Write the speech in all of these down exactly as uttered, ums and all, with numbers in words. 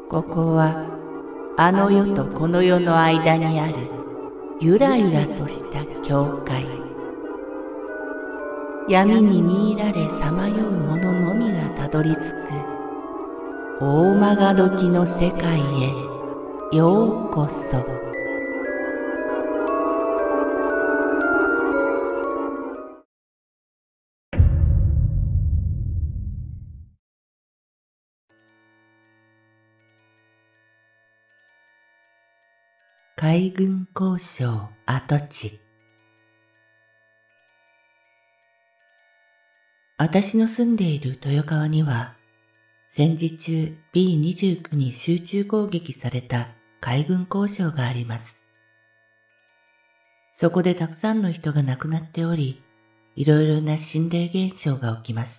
ここはあの世とこの世の間にあるゆらゆらとした境界。闇に見入られさまよう者のみがたどり着く大曲どきの世界へようこそ。海軍工廠跡地。私の住んでいる豊川には、戦時中 ビーにじゅうきゅう に集中攻撃された海軍工廠があります。そこでたくさんの人が亡くなっており、いろいろな心霊現象が起きます。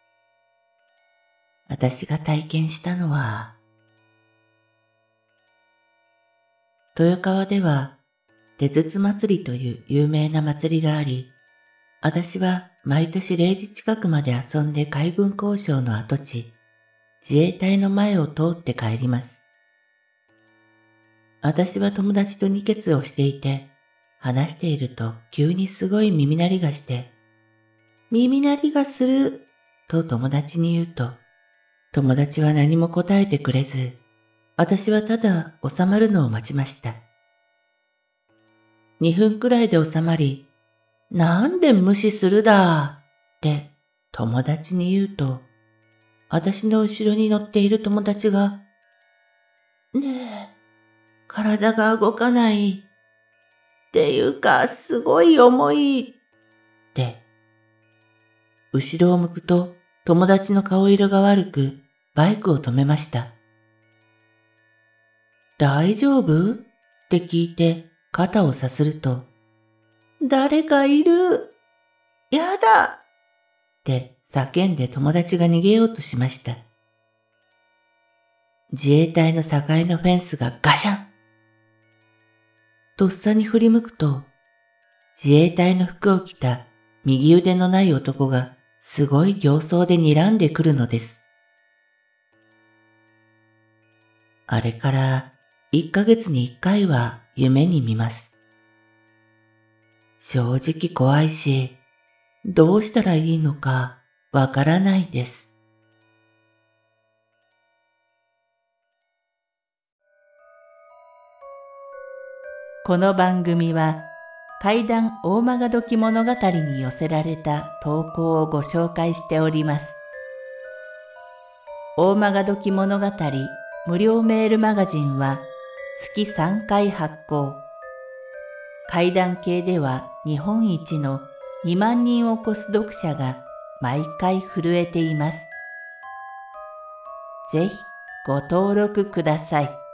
私が体験したのは、豊川では手筒祭りという有名な祭りがあり、私は毎年れいじ近くまで遊んで海軍工廠の跡地、自衛隊の前を通って帰ります。私は友達と二血をしていて、話していると急にすごい耳鳴りがして、耳鳴りがすると友達に言うと、友達は何も答えてくれず、私はただ収まるのを待ちました。二分くらいで収まり、なんで無視するだって友達に言うと、私の後ろに乗っている友達が、ねえ、体が動かない。っていうか、すごい重い。って。後ろを向くと、友達の顔色が悪く、バイクを止めました。大丈夫って聞いて、肩をさすると、誰かいる。やだって叫んで友達が逃げようとしました。自衛隊の境のフェンスがガシャン。とっさに振り向くと、自衛隊の服を着た右腕のない男がすごい形相で睨んでくるのです。あれからいっかげつにいっかいは夢に見ます。正直怖いし、どうしたらいいのかわからないです。この番組は怪談大曲どき物語に寄せられた投稿をご紹介しております。大曲どき物語無料メールマガジンは月さんかい発行。怪談系では日本一のにまんにんを超す読者が毎回震えています。ぜひご登録ください。